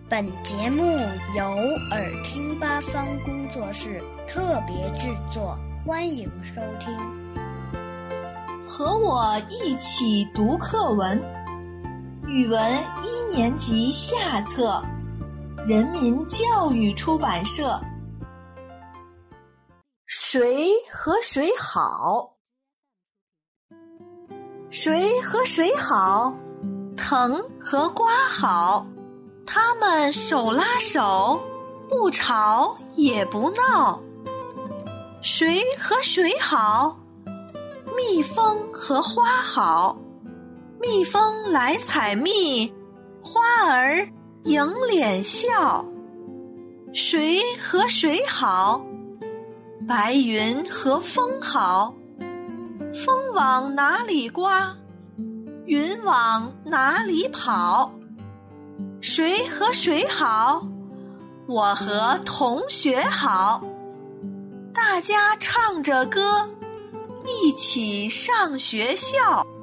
本节目由耳听八方工作室特别制作，欢迎收听。 和我一起读课文，语文1年级下册，人民教育出版社。谁和谁好？谁和谁好？藤和瓜好，他们手拉手，不吵也不闹。谁和谁好？蜜蜂和花好，蜜蜂来采蜜，花儿迎脸笑。谁和谁好？白云和风好，风往哪里刮，云往哪里跑。谁和谁好？我和同学好，大家唱着歌，一起上学校。